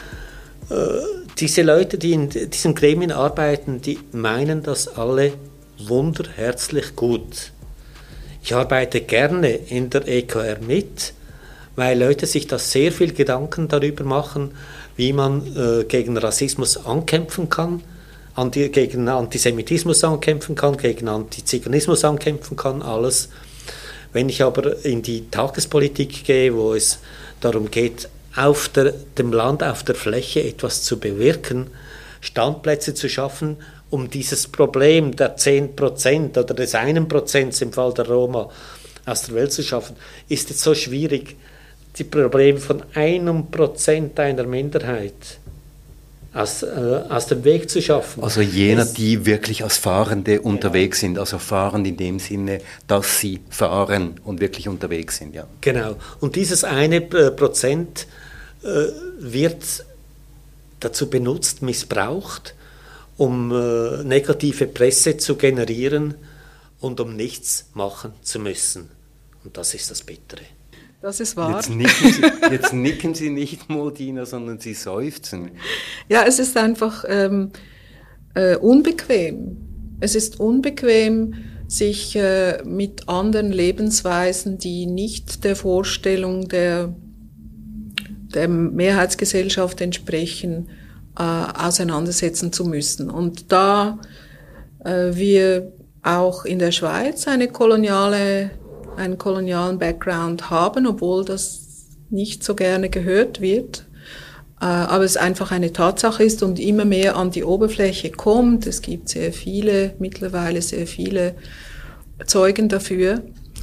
Speaker 4: Diese Leute, die in diesen Gremien arbeiten, die meinen das alle wunderherzlich gut. Ich arbeite gerne in der EKR mit, weil Leute sich da sehr viel Gedanken darüber machen, wie man gegen Rassismus ankämpfen kann, gegen Antisemitismus ankämpfen kann, gegen Antiziganismus ankämpfen kann, alles. Wenn ich aber in die Tagespolitik gehe, wo es darum geht, auf dem Land, auf der Fläche etwas zu bewirken, Standplätze zu schaffen, um dieses Problem der 10% oder des 1% im Fall der Roma aus der Welt zu schaffen, ist es so schwierig, die Probleme von 1% einer Minderheit aus dem Weg zu schaffen.
Speaker 1: Also jener, die wirklich als Fahrende unterwegs sind, also fahrend in dem Sinne, dass sie fahren und wirklich unterwegs sind. Ja.
Speaker 4: Genau. Und dieses 1% wird dazu benutzt, missbraucht, um negative Presse zu generieren und um nichts machen zu müssen. Und das ist das Bittere.
Speaker 3: Das ist wahr.
Speaker 1: Jetzt nicken Sie nicht, Modina, sondern Sie seufzen.
Speaker 3: Ja, es ist einfach unbequem. Es ist unbequem, sich mit anderen Lebensweisen, die nicht der Vorstellung der Mehrheitsgesellschaft entsprechen, auseinandersetzen zu müssen. Und da wir auch in der Schweiz einen kolonialen Background haben, obwohl das nicht so gerne gehört wird, aber es einfach eine Tatsache ist und immer mehr an die Oberfläche kommt. Es gibt mittlerweile sehr viele Zeugen dafür.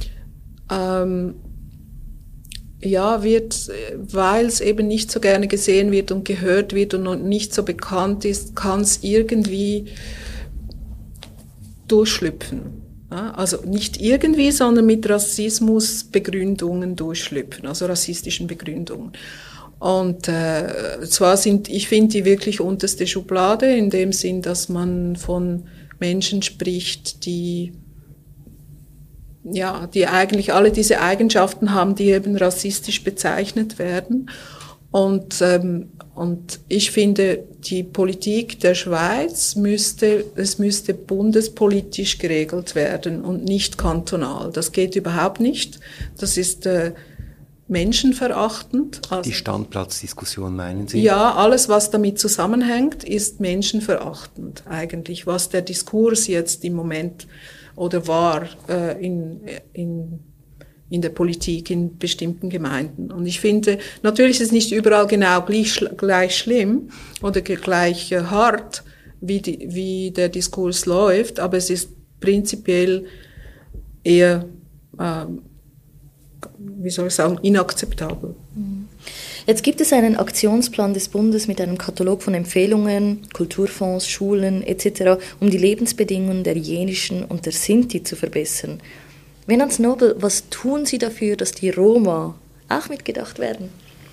Speaker 3: Weil es eben nicht so gerne gesehen wird und gehört wird und nicht so bekannt ist, kann es irgendwie durchschlüpfen. Ja, also nicht irgendwie, sondern mit Rassismusbegründungen durchschlüpfen, also rassistischen Begründungen. Und ich finde die wirklich unterste Schublade, in dem Sinn, dass man von Menschen spricht, die eigentlich alle diese Eigenschaften haben, die eben rassistisch bezeichnet werden. Und ich finde, die Politik der Schweiz müsste bundespolitisch geregelt werden und nicht kantonal. Das geht überhaupt nicht. Das ist menschenverachtend. Also,
Speaker 1: die Standplatzdiskussion meinen Sie?
Speaker 3: Ja, alles, was damit zusammenhängt, ist menschenverachtend eigentlich, was der Diskurs jetzt im Moment oder war in der Politik in bestimmten Gemeinden. Und ich finde, natürlich ist es nicht überall genau gleich schlimm oder gleich hart, wie der Diskurs läuft, aber es ist prinzipiell eher, inakzeptabel.
Speaker 2: Jetzt gibt es einen Aktionsplan des Bundes mit einem Katalog von Empfehlungen, Kulturfonds, Schulen etc., um die Lebensbedingungen der Jenischen und der Sinti zu verbessern. Venanz Nobel, was tun Sie dafür, dass die Roma auch mitgedacht werden?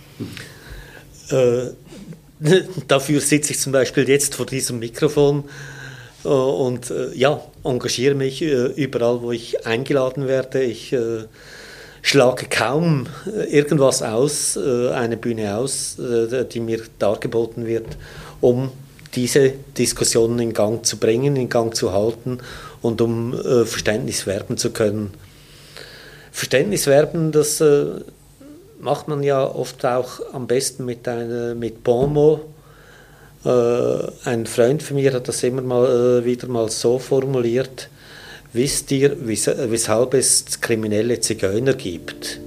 Speaker 4: Dafür sitze ich zum Beispiel jetzt vor diesem Mikrofon und engagiere mich überall, wo ich eingeladen werde. Ich schlage kaum irgendwas aus, eine Bühne aus, die mir dargeboten wird, um diese Diskussionen in Gang zu bringen, in Gang zu halten und um Verständnis werben zu können. Verständnis werben, das macht man ja oft auch am besten mit Bonmot. Ein Freund von mir hat das immer wieder mal so formuliert: Wisst ihr, weshalb es kriminelle Zigeuner gibt?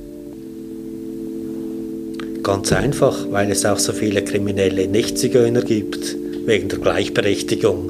Speaker 4: Ganz einfach, weil es auch so viele kriminelle Nicht-Zigeuner gibt, wegen der Gleichberechtigung.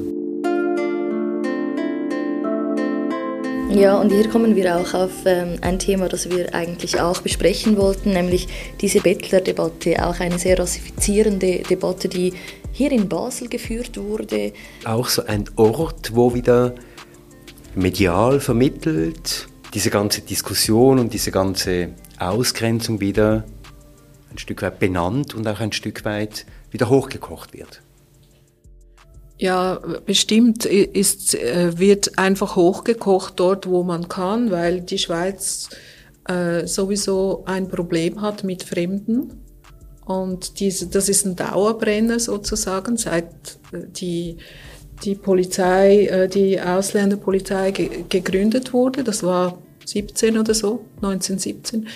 Speaker 2: Ja, und hier kommen wir auch auf ein Thema, das wir eigentlich auch besprechen wollten, nämlich diese Bettlerdebatte, auch eine sehr rassifizierende Debatte, die hier in Basel geführt wurde.
Speaker 1: Auch so ein Ort, wo wieder medial vermittelt diese ganze Diskussion und diese ganze Ausgrenzung wieder ein Stück weit benannt und auch ein Stück weit wieder hochgekocht wird.
Speaker 3: Ja, bestimmt wird einfach hochgekocht dort, wo man kann, weil die Schweiz sowieso ein Problem hat mit Fremden. Und das ist ein Dauerbrenner sozusagen, seit die die Polizei, die Ausländerpolizei gegründet wurde, das war 17 oder so, 1917,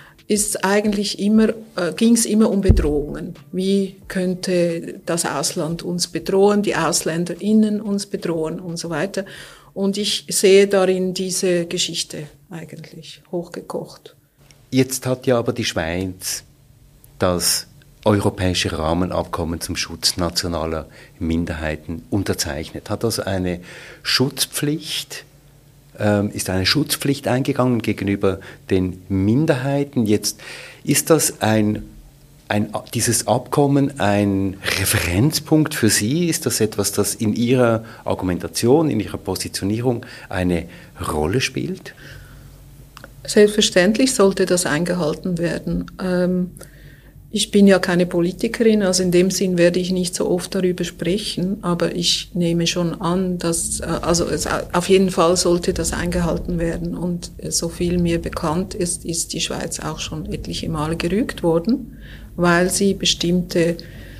Speaker 3: ging es immer um Bedrohungen. Wie könnte das Ausland uns bedrohen, die AusländerInnen uns bedrohen und so weiter. Und ich sehe darin diese Geschichte eigentlich hochgekocht.
Speaker 1: Jetzt hat ja aber die Schweiz das europäische Rahmenabkommen zum Schutz nationaler Minderheiten unterzeichnet, hat also eine Schutzpflicht, ist eine Schutzpflicht eingegangen gegenüber den Minderheiten. Jetzt ist das dieses Abkommen ein Referenzpunkt für Sie? Ist das etwas, das in Ihrer Argumentation, in Ihrer Positionierung eine Rolle spielt?
Speaker 3: Selbstverständlich sollte das eingehalten werden. Ich bin ja keine Politikerin, also in dem Sinn werde ich nicht so oft darüber sprechen, aber ich nehme schon an, dass, auf jeden Fall sollte das eingehalten werden. Und so viel mir bekannt ist die Schweiz auch schon etliche Male gerügt worden, weil sie bestimmte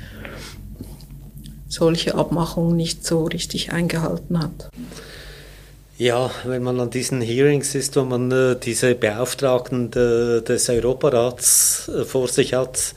Speaker 3: solche Abmachungen nicht so richtig eingehalten hat.
Speaker 4: Ja, wenn man an diesen Hearings ist, wo man diese Beauftragten des Europarats vor sich hat,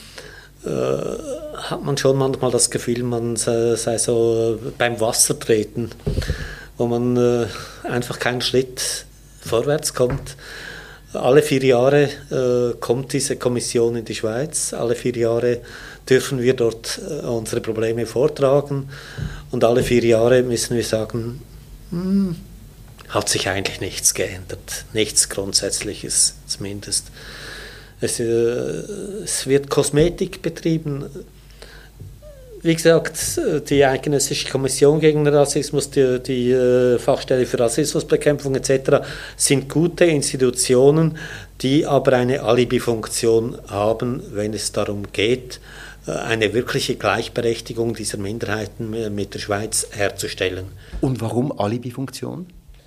Speaker 4: hat man schon manchmal das Gefühl, man sei so beim Wassertreten, wo man einfach keinen Schritt vorwärts kommt. Alle 4 Jahre kommt diese Kommission in die Schweiz, alle 4 Jahre dürfen wir dort unsere Probleme vortragen und alle 4 Jahre müssen wir sagen, hat sich eigentlich nichts geändert, nichts Grundsätzliches zumindest. Es wird Kosmetik betrieben. Wie gesagt, die Eidgenössische Kommission gegen den Rassismus, die Fachstelle für Rassismusbekämpfung etc. sind gute Institutionen, die aber eine Alibi-Funktion haben, wenn es darum geht, eine wirkliche Gleichberechtigung dieser Minderheiten mit der Schweiz herzustellen.
Speaker 1: Und warum Alibi-Funktion?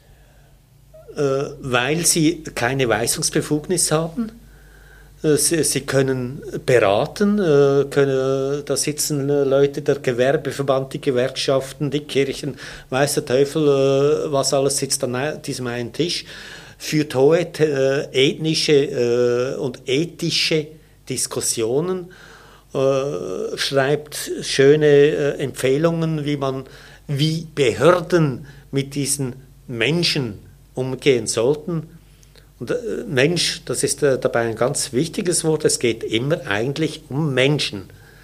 Speaker 4: Weil sie keine Weisungsbefugnis haben. Sie können beraten, da sitzen Leute, der Gewerbeverband, die Gewerkschaften, die Kirchen, weiß der Teufel, was alles sitzt an diesem einen Tisch, führt hohe ethnische und ethische Diskussionen, schreibt schöne Empfehlungen, wie Behörden mit diesen Menschen umgehen sollten. Und Mensch, das ist dabei ein ganz wichtiges Wort, es geht immer eigentlich um Menschen.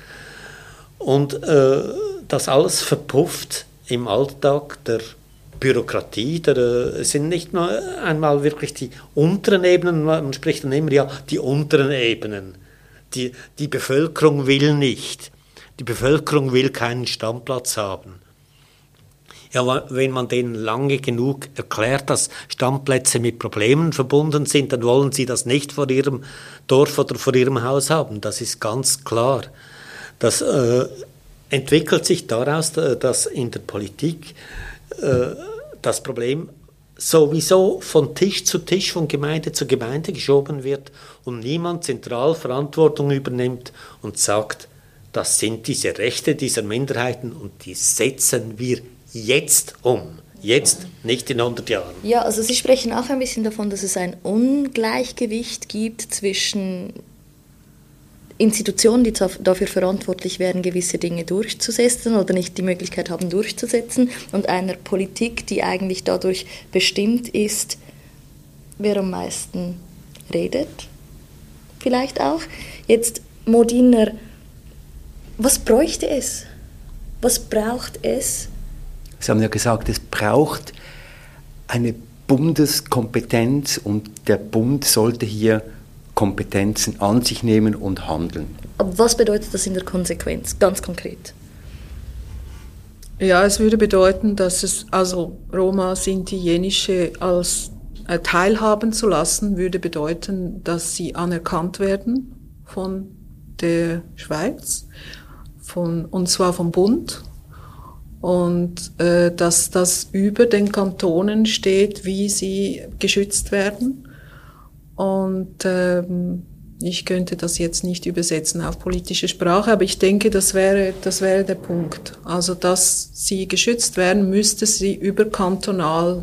Speaker 4: Und das alles verpufft im Alltag der Bürokratie, es sind nicht nur einmal wirklich die unteren Ebenen, man spricht dann immer, ja, die unteren Ebenen. Die Bevölkerung will nicht. Die Bevölkerung will keinen Stammplatz haben. Ja, wenn man denen lange genug erklärt, dass Stammplätze mit Problemen verbunden sind, dann wollen sie das nicht vor ihrem Dorf oder vor ihrem Haus haben. Das ist ganz klar. Das entwickelt sich daraus, dass in der Politik das Problem sowieso von Tisch zu Tisch, von Gemeinde zu Gemeinde geschoben wird und niemand zentral Verantwortung übernimmt und sagt, das sind diese Rechte dieser Minderheiten und die setzen wir jetzt um. Jetzt, nicht in 100 Jahren.
Speaker 2: Ja, also Sie sprechen auch ein bisschen davon, dass es ein Ungleichgewicht gibt zwischen Institutionen, die dafür verantwortlich wären, gewisse Dinge durchzusetzen oder nicht die Möglichkeit haben, durchzusetzen, und einer Politik, die eigentlich dadurch bestimmt ist, wer am meisten redet. Vielleicht auch. Jetzt, Modiner, was bräuchte es? Was braucht es?
Speaker 1: Sie haben ja gesagt, es braucht eine Bundeskompetenz und der Bund sollte hier Kompetenzen an sich nehmen und handeln.
Speaker 2: Aber was bedeutet das in der Konsequenz, ganz konkret?
Speaker 3: Ja, es würde bedeuten, dass Roma, Sinti, Jenische als teilhaben zu lassen, würde bedeuten, dass sie anerkannt werden von der Schweiz, und zwar vom Bund. Und dass das über den Kantonen steht, wie sie geschützt werden. Und Ich könnte das jetzt nicht übersetzen auf politische Sprache, aber ich denke, das wäre der Punkt. Also, dass sie geschützt werden, müssten sie überkantonal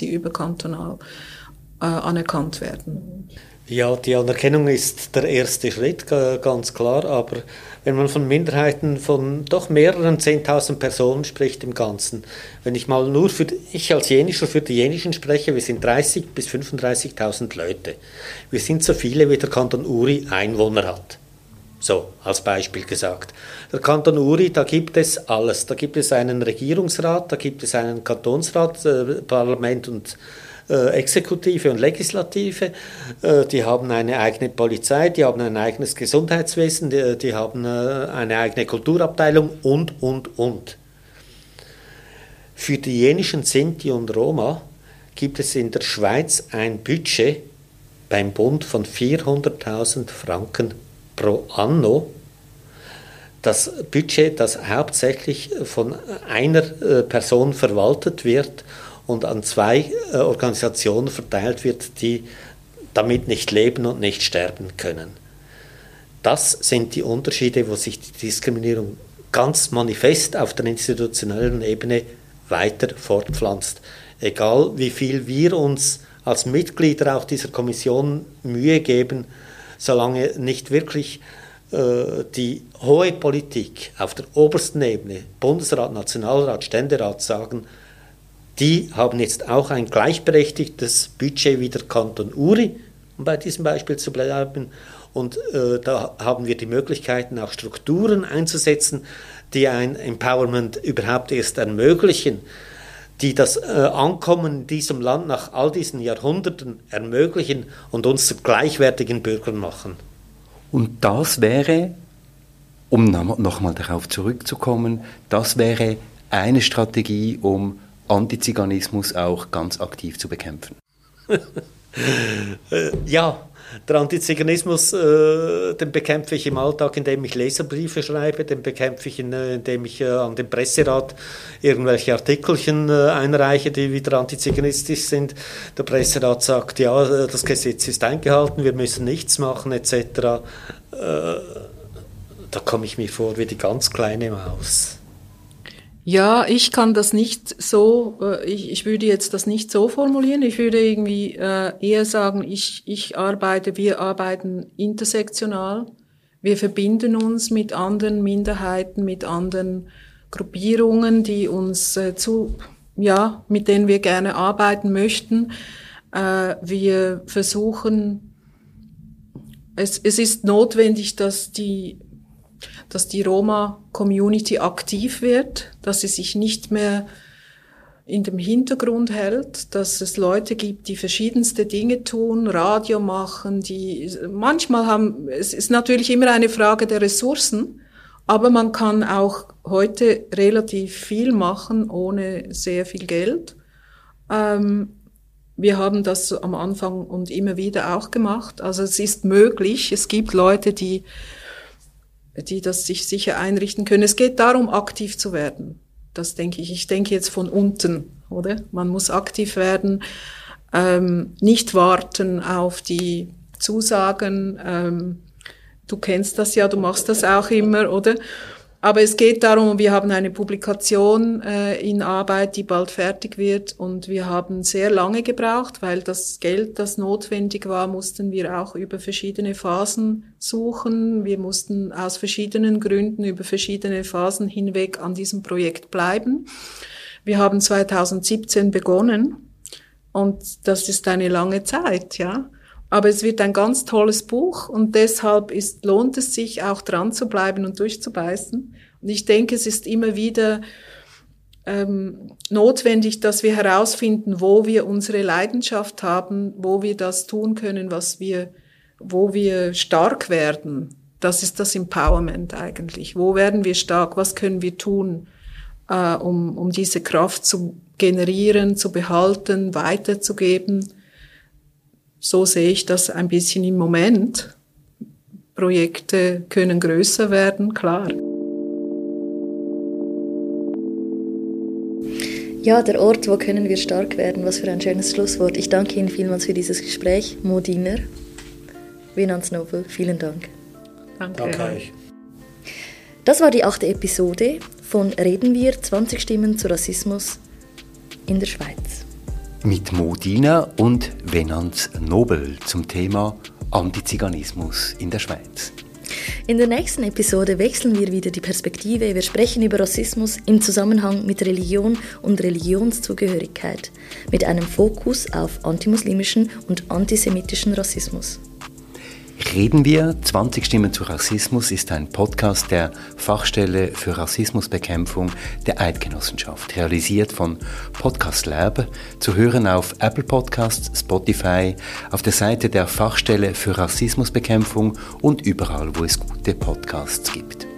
Speaker 3: anerkannt werden.
Speaker 4: Ja, die Anerkennung ist der erste Schritt, ganz klar, aber wenn man von Minderheiten von doch mehreren 10.000 Personen spricht im Ganzen, wenn ich mal nur ich als Jenischer für die Jenischen spreche, wir sind 30.000 bis 35.000 Leute. Wir sind so viele, wie der Kanton Uri Einwohner hat. So, als Beispiel gesagt. Der Kanton Uri, da gibt es alles. Da gibt es einen Regierungsrat, da gibt es einen Kantonsrat, Parlament und Exekutive und Legislative, die haben eine eigene Polizei, die haben ein eigenes Gesundheitswesen, die haben eine eigene Kulturabteilung und. Für die jenischen Sinti und Roma gibt es in der Schweiz ein Budget beim Bund von 400.000 Franken pro anno. Das Budget, das hauptsächlich von einer Person verwaltet wird und an 2 Organisationen verteilt wird, die damit nicht leben und nicht sterben können. Das sind die Unterschiede, wo sich die Diskriminierung ganz manifest auf der institutionellen Ebene weiter fortpflanzt. Egal wie viel wir uns als Mitglieder auch dieser Kommission Mühe geben, solange nicht wirklich die hohe Politik auf der obersten Ebene, Bundesrat, Nationalrat, Ständerat sagen, die haben jetzt auch ein gleichberechtigtes Budget wie der Kanton Uri, um bei diesem Beispiel zu bleiben. Und da haben wir die Möglichkeiten, auch Strukturen einzusetzen, die ein Empowerment überhaupt erst ermöglichen, die das Ankommen in diesem Land nach all diesen Jahrhunderten ermöglichen und uns zu gleichwertigen Bürgern machen.
Speaker 1: Und das wäre, um nochmal darauf zurückzukommen, das wäre eine Strategie, um Antiziganismus auch ganz aktiv zu bekämpfen.
Speaker 4: Ja, der Antiziganismus, den bekämpfe ich im Alltag, indem ich Leserbriefe schreibe, den bekämpfe ich, indem ich an den Presserat irgendwelche Artikelchen einreiche, die wieder antiziganistisch sind. Der Presserat sagt, ja, das Gesetz ist eingehalten, wir müssen nichts machen, etc. Da komme ich mir vor wie die ganz kleine Maus.
Speaker 3: Ja, ich kann das nicht so, ich würde jetzt das nicht so formulieren. Ich würde irgendwie eher sagen, wir arbeiten intersektional. Wir verbinden uns mit anderen Minderheiten, mit anderen Gruppierungen, die uns mit denen wir gerne arbeiten möchten. Wir versuchen, es ist notwendig, dass die Roma-Community aktiv wird, dass sie sich nicht mehr in dem Hintergrund hält, dass es Leute gibt, die verschiedenste Dinge tun, Radio machen, es ist natürlich immer eine Frage der Ressourcen, aber man kann auch heute relativ viel machen, ohne sehr viel Geld. Wir haben das am Anfang und immer wieder auch gemacht, also es ist möglich, es gibt Leute, die das sich sicher einrichten können. Es geht darum, aktiv zu werden. Das denke ich. Ich denke jetzt von unten, oder? Man muss aktiv werden, nicht warten auf die Zusagen. Du kennst das ja, du machst das auch immer, oder? Aber es geht darum, wir haben eine Publikation in Arbeit, die bald fertig wird, und wir haben sehr lange gebraucht, weil das Geld, das notwendig war, mussten wir auch über verschiedene Phasen suchen. Wir mussten aus verschiedenen Gründen über verschiedene Phasen hinweg an diesem Projekt bleiben. Wir haben 2017 begonnen und das ist eine lange Zeit, ja. Aber es wird ein ganz tolles Buch und deshalb lohnt es sich auch dran zu bleiben und durchzubeißen. Und ich denke, es ist immer wieder notwendig, dass wir herausfinden, wo wir unsere Leidenschaft haben, wo wir das tun können, wo wir stark werden. Das ist das Empowerment eigentlich. Wo werden wir stark? Was können wir tun, um diese Kraft zu generieren, zu behalten, weiterzugeben? So sehe ich das ein bisschen im Moment. Projekte können größer werden, klar.
Speaker 2: Ja, der Ort, wo können wir stark werden, was für ein schönes Schlusswort. Ich danke Ihnen vielmals für dieses Gespräch, Mo Diener. Venans Nobel, vielen Dank.
Speaker 3: Danke euch.
Speaker 2: Das war die 8. Episode von Reden wir, 20 Stimmen zu Rassismus in der Schweiz.
Speaker 1: Mit Modina und Venans Nobel zum Thema Antiziganismus in der Schweiz.
Speaker 2: In der nächsten Episode wechseln wir wieder die Perspektive. Wir sprechen über Rassismus im Zusammenhang mit Religion und Religionszugehörigkeit, mit einem Fokus auf antimuslimischen und antisemitischen Rassismus.
Speaker 1: Reden wir, 20 Stimmen zu Rassismus ist ein Podcast der Fachstelle für Rassismusbekämpfung der Eidgenossenschaft, realisiert von Podcast Lab, zu hören auf Apple Podcasts, Spotify, auf der Seite der Fachstelle für Rassismusbekämpfung und überall, wo es gute Podcasts gibt.